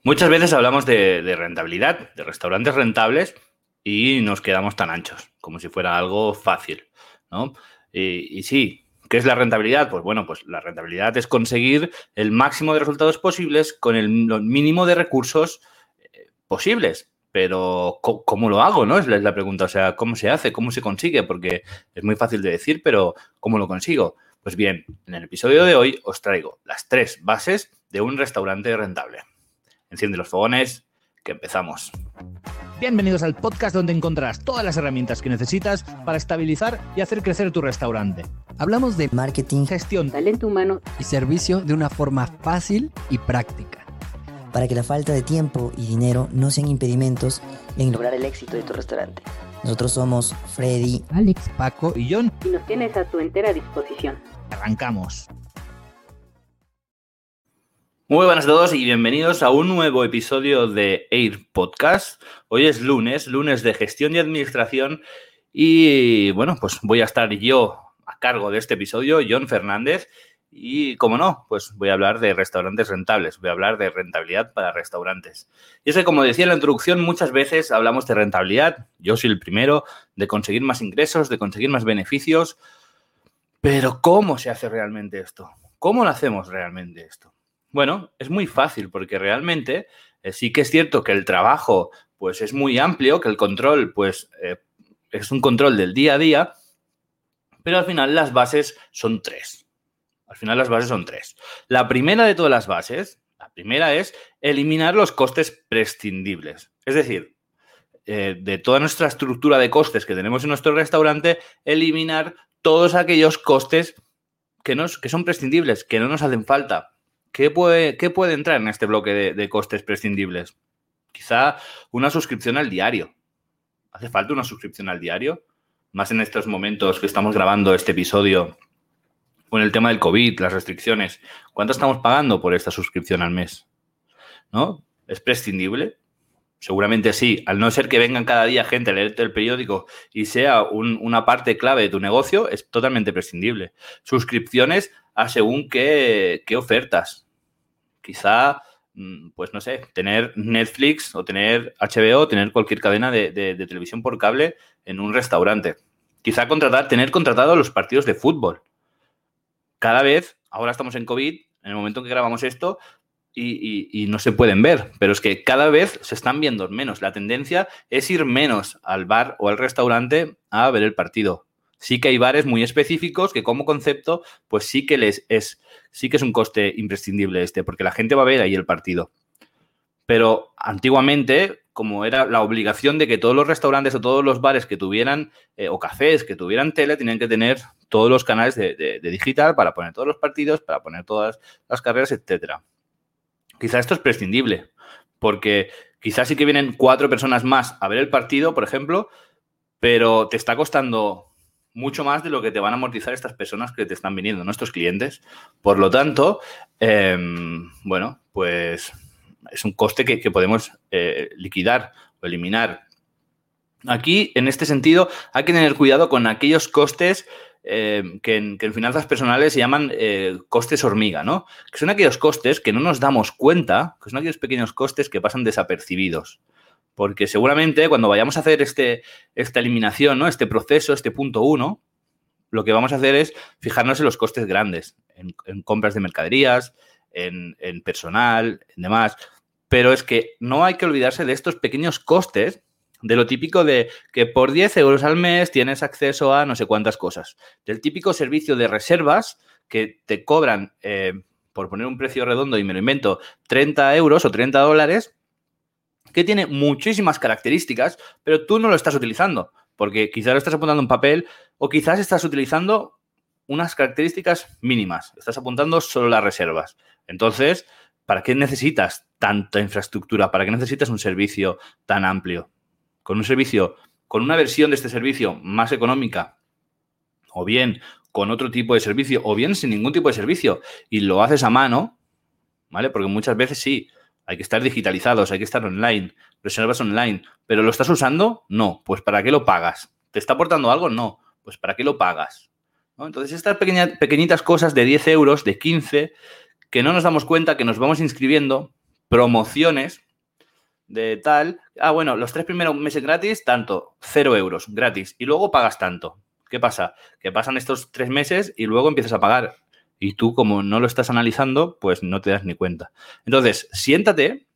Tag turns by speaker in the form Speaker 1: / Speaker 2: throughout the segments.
Speaker 1: Muchas veces hablamos de rentabilidad, de restaurantes rentables y nos quedamos tan anchos, como si fuera algo fácil, ¿no? Y sí, ¿qué es la rentabilidad? Pues bueno, pues la rentabilidad es conseguir el máximo de resultados posibles con el mínimo de recursos posibles. Pero ¿cómo lo hago? ¿No? Es la pregunta. O sea, ¿cómo se hace? ¿Cómo se consigue? Porque es muy fácil de decir, pero ¿cómo lo consigo? Pues bien, en el episodio de hoy os traigo las 3 bases de un restaurante rentable. Enciende los fogones, que empezamos.
Speaker 2: Bienvenidos al podcast donde encontrarás todas las herramientas que necesitas para estabilizar y hacer crecer tu restaurante.
Speaker 3: Hablamos de marketing,
Speaker 2: Gestión,
Speaker 4: talento humano
Speaker 3: y servicio de una forma fácil y práctica,
Speaker 4: para que la falta de tiempo y dinero no sean impedimentos en lograr el éxito de tu restaurante. Nosotros somos Freddy,
Speaker 3: Alex,
Speaker 2: Paco y John.
Speaker 5: Y nos tienes a tu entera disposición.
Speaker 2: Arrancamos.
Speaker 1: Muy buenas a todos y bienvenidos a un nuevo episodio de Air Podcast. Hoy es lunes de gestión y administración y bueno, pues voy a estar yo a cargo de este episodio, John Fernández, y como no, pues voy a hablar de restaurantes rentables, voy a hablar de rentabilidad para restaurantes. Y es que, como decía en la introducción, muchas veces hablamos de rentabilidad, yo soy el primero, de conseguir más ingresos, de conseguir más beneficios, pero ¿cómo se hace realmente esto? ¿Cómo lo hacemos realmente esto? Bueno, es muy fácil porque realmente sí que es cierto que el trabajo pues es muy amplio, que el control pues es un control del día a día, pero al final las bases son 3. La primera de todas las bases, la primera es eliminar los costes prescindibles. Es decir, de toda nuestra estructura de costes que tenemos en nuestro restaurante, eliminar todos aquellos costes que son prescindibles, que no nos hacen falta. ¿Qué puede entrar en este bloque de costes prescindibles? Quizá una suscripción al diario. ¿Hace falta una suscripción al diario? Más en estos momentos que estamos grabando este episodio con el tema del COVID, las restricciones. ¿Cuánto estamos pagando por esta suscripción al mes? ¿No? ¿Es prescindible? Seguramente sí. Al no ser que vengan cada día gente a leerte el periódico y sea una parte clave de tu negocio, es totalmente prescindible. Suscripciones a según qué ofertas. Quizá, pues no sé, tener Netflix o tener HBO o tener cualquier cadena de televisión por cable en un restaurante. Quizá tener contratado los partidos de fútbol. Cada vez, ahora estamos en COVID, en el momento en que grabamos esto, y no se pueden ver, pero es que cada vez se están viendo menos. La tendencia es ir menos al bar o al restaurante a ver el partido. Sí que hay bares muy específicos que como concepto, pues sí que es un coste imprescindible porque la gente va a ver ahí el partido. Pero antiguamente, como era la obligación de que todos los restaurantes o todos los bares que tuvieran, o cafés que tuvieran tele, tenían que tener todos los canales de digital para poner todos los partidos, para poner todas las carreras, etcétera. Quizá esto es prescindible, porque quizás sí que vienen 4 personas más a ver el partido, por ejemplo, pero te está costando mucho más de lo que te van a amortizar estas personas que te están viniendo, nuestros clientes. Por lo tanto, bueno, pues es un coste que podemos liquidar o eliminar. Aquí, en este sentido, hay que tener cuidado con aquellos costes que en finanzas personales se llaman costes hormiga, ¿no? Que son aquellos costes que no nos damos cuenta, que son aquellos pequeños costes que pasan desapercibidos. Porque seguramente cuando vayamos a hacer esta eliminación, ¿no? Este proceso, este punto 1, lo que vamos a hacer es fijarnos en los costes grandes, en compras de mercaderías, en personal, en demás. Pero es que no hay que olvidarse de estos pequeños costes, de lo típico de que por 10 euros al mes tienes acceso a no sé cuántas cosas. Del típico servicio de reservas que te cobran, por poner un precio redondo y me lo invento, 30 euros o 30 dólares, que tiene muchísimas características, pero tú no lo estás utilizando, porque quizás lo estás apuntando en papel o quizás estás utilizando unas características mínimas. Estás apuntando solo las reservas. Entonces, ¿para qué necesitas tanta infraestructura? ¿Para qué necesitas un servicio tan amplio? Con una versión de este servicio más económica, o bien con otro tipo de servicio, o bien sin ningún tipo de servicio, y lo haces a mano, ¿vale? Porque muchas veces sí, hay que estar digitalizados, hay que estar online, reservas online, pero ¿lo estás usando? No. Pues ¿para qué lo pagas? ¿Te está aportando algo? No. Pues ¿para qué lo pagas? ¿No? Entonces, estas pequeñitas cosas de 10 euros, de 15, que no nos damos cuenta, que nos vamos inscribiendo, promociones de tal. Bueno, los 3 primeros meses gratis, tanto, 0 euros gratis. Y luego pagas tanto. ¿Qué pasa? Que pasan estos 3 meses y luego empiezas a pagar. Y tú, como no lo estás analizando, pues no te das ni cuenta. Entonces, siéntate,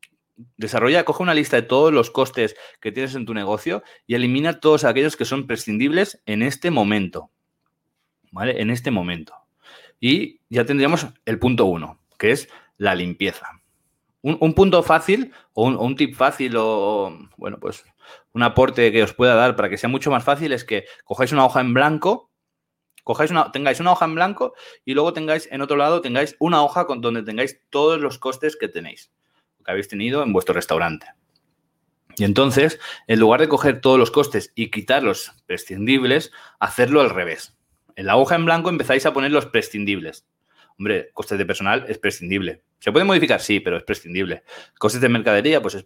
Speaker 1: coge una lista de todos los costes que tienes en tu negocio y elimina todos aquellos que son prescindibles en este momento. ¿Vale? En este momento. Y ya tendríamos el punto 1, que es la limpieza. Un punto fácil o un tip fácil bueno, pues un aporte que os pueda dar para que sea mucho más fácil es que cojáis una hoja en blanco, tengáis una hoja en blanco y luego en otro lado tengáis una hoja donde tengáis todos los costes que tenéis, que habéis tenido en vuestro restaurante. Y entonces, en lugar de coger todos los costes y quitar los prescindibles, hacerlo al revés. En la hoja en blanco empezáis a poner los prescindibles. Hombre, costes de personal es prescindible. ¿Se puede modificar? Sí, pero es prescindible. Costes de mercadería, pues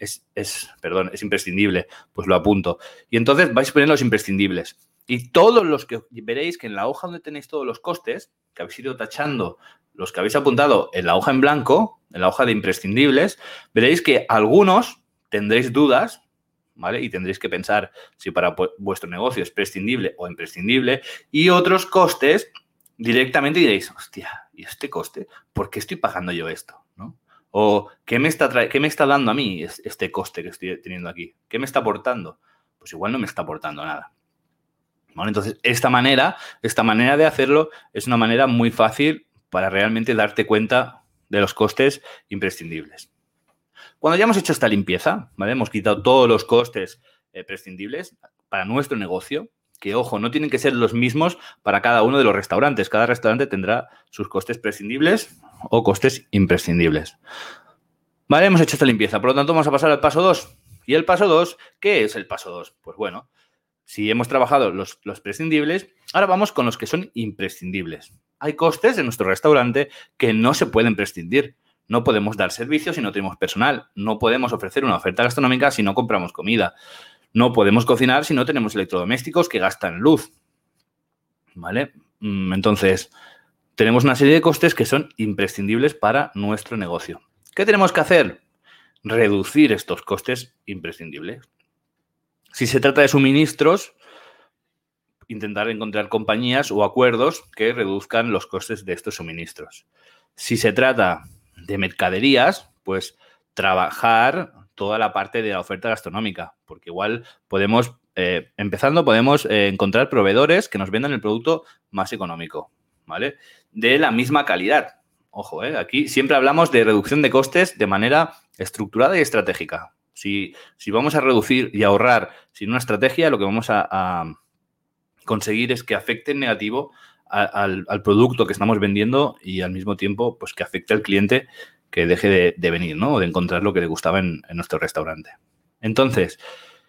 Speaker 1: es imprescindible. Pues lo apunto. Y entonces vais a poner los imprescindibles. Y todos los que veréis que en la hoja donde tenéis todos los costes, que habéis ido tachando, los que habéis apuntado en la hoja en blanco, en la hoja de imprescindibles, veréis que algunos tendréis dudas, ¿vale? Y tendréis que pensar si para vuestro negocio es prescindible o imprescindible. Y otros costes, directamente diréis, hostia, ¿y este coste? ¿Por qué estoy pagando yo esto? ¿No? O ¿qué me está dando a mí este coste que estoy teniendo aquí? ¿Qué me está aportando? Pues igual no me está aportando nada. ¿Vale? Entonces, esta manera de hacerlo es una manera muy fácil para realmente darte cuenta de los costes imprescindibles. Cuando ya hemos hecho esta limpieza, ¿vale? Hemos quitado todos los costes prescindibles para nuestro negocio, que, ojo, no tienen que ser los mismos para cada uno de los restaurantes. Cada restaurante tendrá sus costes prescindibles o costes imprescindibles. Vale, hemos hecho esta limpieza. Por lo tanto, vamos a pasar al paso 2. ¿Y el paso 2? ¿Qué es el paso 2? Pues bueno, si hemos trabajado los prescindibles, ahora vamos con los que son imprescindibles. Hay costes en nuestro restaurante que no se pueden prescindir. No podemos dar servicio si no tenemos personal. No podemos ofrecer una oferta gastronómica si no compramos comida. No podemos cocinar si no tenemos electrodomésticos que gastan luz. ¿Vale? Entonces, tenemos una serie de costes que son imprescindibles para nuestro negocio. ¿Qué tenemos que hacer? Reducir estos costes imprescindibles. Si se trata de suministros, intentar encontrar compañías o acuerdos que reduzcan los costes de estos suministros. Si se trata de mercaderías, pues trabajar toda la parte de la oferta gastronómica, porque igual podemos encontrar proveedores que nos vendan el producto más económico, ¿vale? De la misma calidad. Ojo, aquí siempre hablamos de reducción de costes de manera estructurada y estratégica. Si vamos a reducir y ahorrar sin una estrategia, lo que vamos a conseguir es que afecte en negativo al producto que estamos vendiendo y al mismo tiempo pues que afecte al cliente que deje de venir, ¿no? O de encontrar lo que le gustaba en nuestro restaurante. Entonces,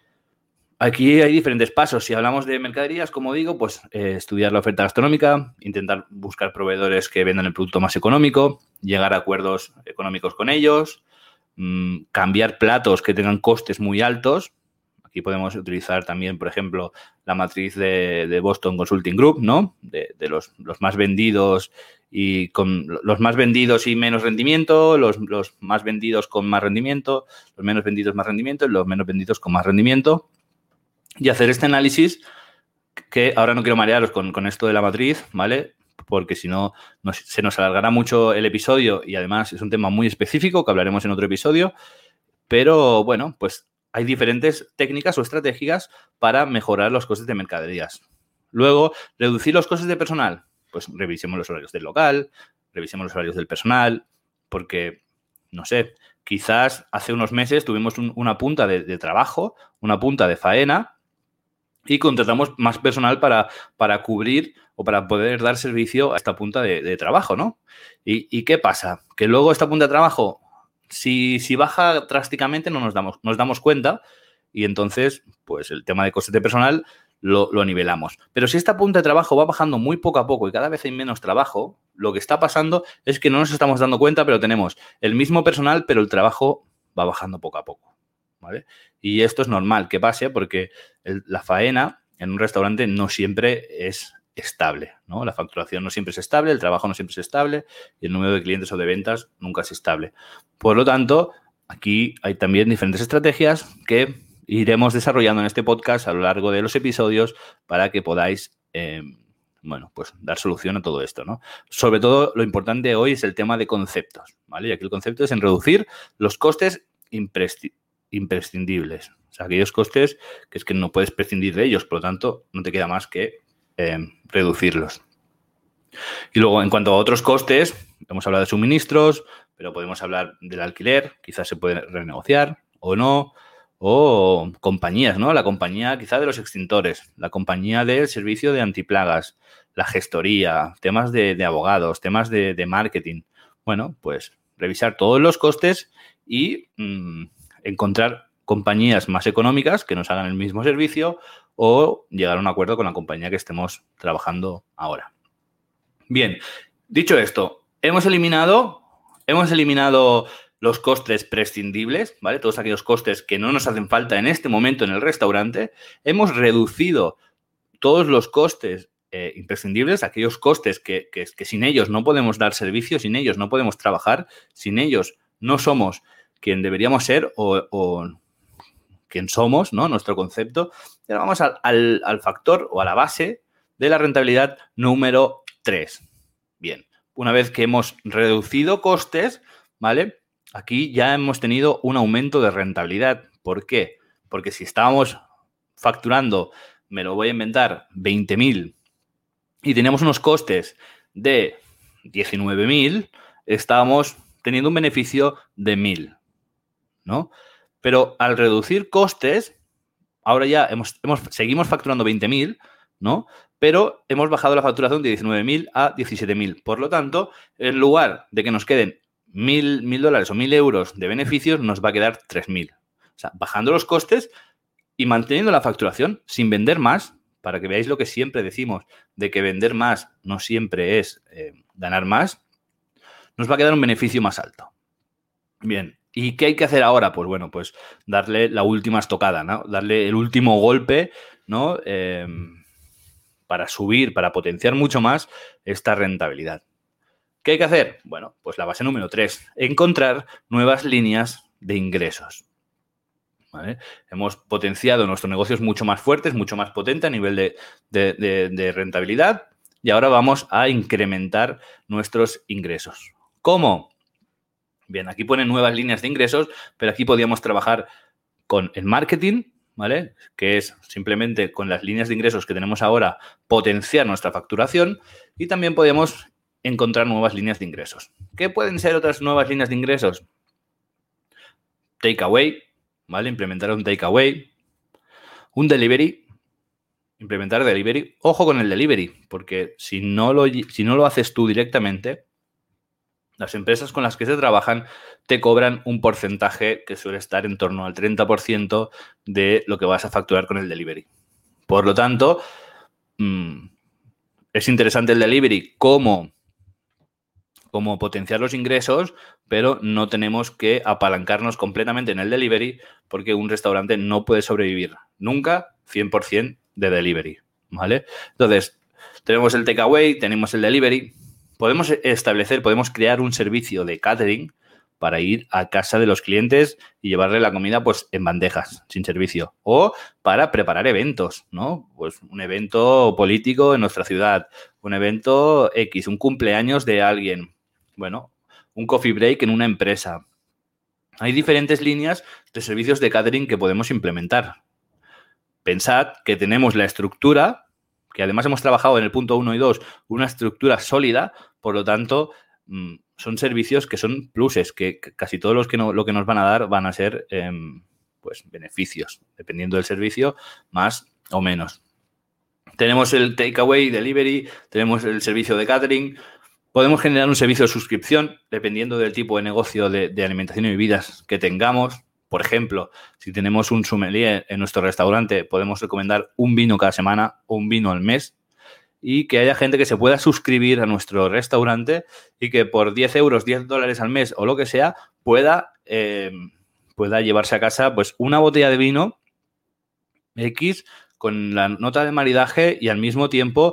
Speaker 1: aquí hay diferentes pasos. Si hablamos de mercaderías, como digo, pues estudiar la oferta gastronómica, intentar buscar proveedores que vendan el producto más económico, llegar a acuerdos económicos con ellos, cambiar platos que tengan costes muy altos. Aquí podemos utilizar también, por ejemplo, la matriz de Boston Consulting Group, ¿no? De los más vendidos y con los más vendidos y menos rendimiento, los más vendidos con más rendimiento, los menos vendidos más rendimiento y los menos vendidos con más rendimiento. Y hacer este análisis, que ahora no quiero marearos con esto de la matriz, ¿vale? Porque si no, se nos alargará mucho el episodio y además es un tema muy específico que hablaremos en otro episodio. Pero, bueno, pues hay diferentes técnicas o estrategias para mejorar los costes de mercaderías. Luego, reducir los costes de personal. Pues revisemos los horarios del local, revisemos los horarios del personal, porque, no sé, quizás hace unos meses tuvimos una punta de trabajo, una punta de faena y contratamos más personal para cubrir o para poder dar servicio a esta punta de trabajo, ¿no? ¿Y qué pasa? Que luego esta punta de trabajo, si baja drásticamente, no nos damos cuenta y entonces, pues el tema de costes de personal lo nivelamos. Pero si esta punta de trabajo va bajando muy poco a poco y cada vez hay menos trabajo, lo que está pasando es que no nos estamos dando cuenta, pero tenemos el mismo personal, pero el trabajo va bajando poco a poco, ¿vale? Y esto es normal que pase porque la faena en un restaurante no siempre es estable, ¿no? La facturación no siempre es estable, el trabajo no siempre es estable y el número de clientes o de ventas nunca es estable. Por lo tanto, aquí hay también diferentes estrategias que iremos desarrollando en este podcast a lo largo de los episodios para que podáis pues dar solución a todo esto, ¿no? Sobre todo, lo importante hoy es el tema de conceptos, ¿vale? Y aquí el concepto es en reducir los costes imprescindibles. O sea, aquellos costes que es que no puedes prescindir de ellos, por lo tanto, no te queda más que reducirlos. Y luego, en cuanto a otros costes, hemos hablado de suministros, pero podemos hablar del alquiler, quizás se puede renegociar o no, o compañías, ¿no? La compañía quizá de los extintores, la compañía del servicio de antiplagas, la gestoría, temas de abogados, temas de marketing. Bueno, pues revisar todos los costes y encontrar compañías más económicas que nos hagan el mismo servicio o llegar a un acuerdo con la compañía que estemos trabajando ahora. Bien, dicho esto, hemos eliminado los costes prescindibles, ¿vale? Todos aquellos costes que no nos hacen falta en este momento en el restaurante. Hemos reducido todos los costes imprescindibles, aquellos costes que sin ellos no podemos dar servicio, sin ellos no podemos trabajar, sin ellos no somos quien deberíamos ser o quien somos, ¿no? Nuestro concepto. Y ahora vamos al factor o a la base de la rentabilidad número 3. Bien, una vez que hemos reducido costes, ¿vale? Aquí ya hemos tenido un aumento de rentabilidad. ¿Por qué? Porque si estábamos facturando, me lo voy a inventar, 20.000 y teníamos unos costes de 19.000, estábamos teniendo un beneficio de 1.000, ¿no? Pero al reducir costes, ahora ya seguimos facturando 20.000, ¿no? Pero hemos bajado la facturación de 19.000 a 17.000. Por lo tanto, en lugar de que nos queden $1.000 o 1.000 euros de beneficios, nos va a quedar 3.000. O sea, bajando los costes y manteniendo la facturación sin vender más, para que veáis lo que siempre decimos de que vender más no siempre es ganar más, nos va a quedar un beneficio más alto. Bien, ¿y qué hay que hacer ahora? Pues bueno, pues darle la última estocada, ¿no? Darle el último golpe, ¿no? Para subir, para potenciar mucho más esta rentabilidad. ¿Qué hay que hacer? Bueno, pues la base número 3, encontrar nuevas líneas de ingresos. ¿Vale? Hemos potenciado nuestros negocios mucho más fuertes, mucho más potente a nivel de rentabilidad y ahora vamos a incrementar nuestros ingresos. ¿Cómo? Bien, aquí ponen nuevas líneas de ingresos, pero aquí podríamos trabajar con el marketing, ¿vale? Que es simplemente con las líneas de ingresos que tenemos ahora potenciar nuestra facturación y también podemos encontrar nuevas líneas de ingresos. ¿Qué pueden ser otras nuevas líneas de ingresos? Takeaway, ¿vale? Implementar un takeaway, un delivery, implementar delivery. Ojo con el delivery, porque si no lo haces tú directamente, las empresas con las que se trabajan te cobran un porcentaje que suele estar en torno al 30% de lo que vas a facturar con el delivery. Por lo tanto, es interesante el delivery como potenciar los ingresos, pero no tenemos que apalancarnos completamente en el delivery porque un restaurante no puede sobrevivir nunca 100% de delivery, ¿vale? Entonces, tenemos el takeaway, tenemos el delivery. Podemos crear un servicio de catering para ir a casa de los clientes y llevarle la comida pues en bandejas, sin servicio. O para preparar eventos, ¿no? Pues un evento político en nuestra ciudad, un evento X, un cumpleaños de alguien. Bueno, un coffee break en una empresa. Hay diferentes líneas de servicios de catering que podemos implementar. Pensad que tenemos la estructura, que además hemos trabajado en el punto 1 y 2, una estructura sólida, por lo tanto, son servicios que son pluses, que casi todos lo que nos van a dar van a ser pues beneficios, dependiendo del servicio, más o menos. Tenemos el takeaway, delivery, tenemos el servicio de catering. Podemos generar un servicio de suscripción dependiendo del tipo de negocio de alimentación y bebidas que tengamos. Por ejemplo, si tenemos un sommelier en nuestro restaurante, podemos recomendar un vino cada semana o un vino al mes y que haya gente que se pueda suscribir a nuestro restaurante y que por 10 euros, $10 al mes o lo que sea, pueda llevarse a casa pues una botella de vino X con la nota de maridaje y al mismo tiempo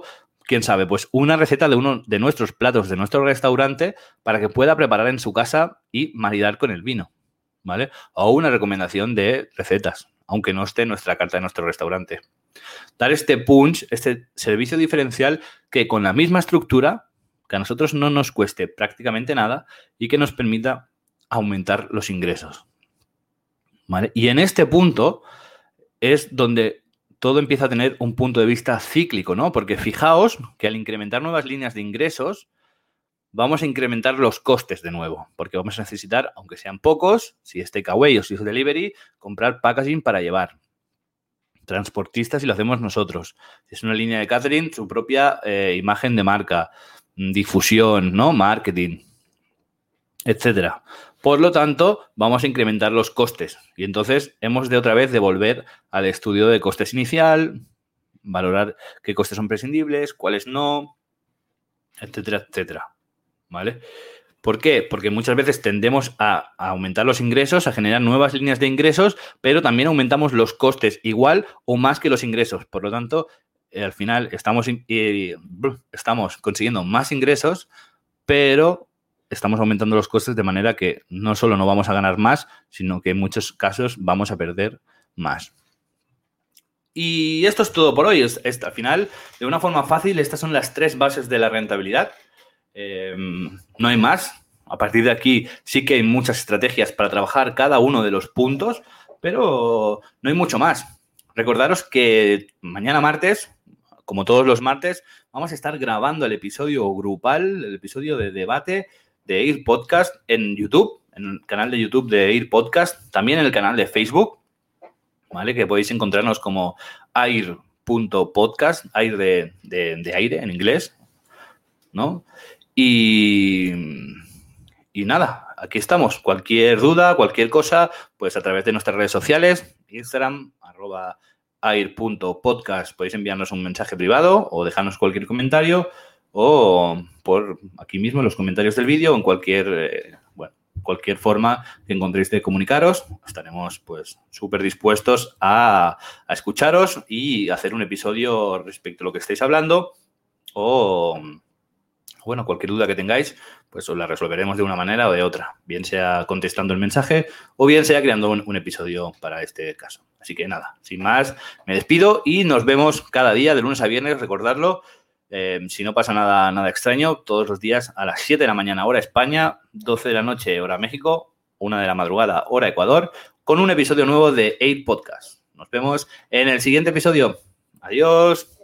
Speaker 1: quién sabe, pues una receta de uno de nuestros platos de nuestro restaurante para que pueda preparar en su casa y maridar con el vino, ¿vale? O una recomendación de recetas, aunque no esté en nuestra carta de nuestro restaurante. Dar este punch, este servicio diferencial que con la misma estructura, que a nosotros no nos cueste prácticamente nada y que nos permita aumentar los ingresos, ¿vale? Y en este punto es donde todo empieza a tener un punto de vista cíclico, ¿no? Porque fijaos que al incrementar nuevas líneas de ingresos, vamos a incrementar los costes de nuevo, porque vamos a necesitar, aunque sean pocos, si es takeaway o si es delivery, comprar packaging para llevar. Transportistas si lo hacemos nosotros. Si es una línea de catering, su propia imagen de marca, difusión, ¿no? Marketing, etcétera. Por lo tanto, vamos a incrementar los costes y entonces hemos de otra vez de volver al estudio de costes inicial, valorar qué costes son prescindibles, cuáles no, etcétera, etcétera, ¿vale? ¿Por qué? Porque muchas veces tendemos a aumentar los ingresos, a generar nuevas líneas de ingresos, pero también aumentamos los costes igual o más que los ingresos. Por lo tanto, al final estamos consiguiendo más ingresos, pero estamos aumentando los costes de manera que no solo no vamos a ganar más, sino que en muchos casos vamos a perder más. Y esto es todo por hoy. Al final, de una forma fácil, estas son las 3 bases de la rentabilidad. No hay más. A partir de aquí sí que hay muchas estrategias para trabajar cada uno de los puntos, pero no hay mucho más. Recordaros que mañana martes, como todos los martes, vamos a estar grabando el episodio grupal, el episodio de debate de Air Podcast en YouTube, en el canal de YouTube de Air Podcast, también en el canal de Facebook, ¿vale? Que podéis encontrarnos como air.podcast, air de aire en inglés, ¿no? Y nada, aquí estamos. Cualquier duda, cualquier cosa, pues a través de nuestras redes sociales, Instagram, @air.podcast, podéis enviarnos un mensaje privado o dejarnos cualquier comentario o por aquí mismo en los comentarios del vídeo o en cualquier forma que encontréis de comunicaros. Estaremos pues súper dispuestos a escucharos y hacer un episodio respecto a lo que estáis hablando o bueno, cualquier duda que tengáis, pues os la resolveremos de una manera o de otra, bien sea contestando el mensaje o bien sea creando un episodio para este caso. Así que nada, sin más, me despido y nos vemos cada día de lunes a viernes, recordadlo. Si no pasa nada extraño, todos los días a las 7 de la mañana, hora España, 12 de la noche, hora México, 1 de la madrugada, hora Ecuador, con un episodio nuevo de Air Podcast. Nos vemos en el siguiente episodio. Adiós.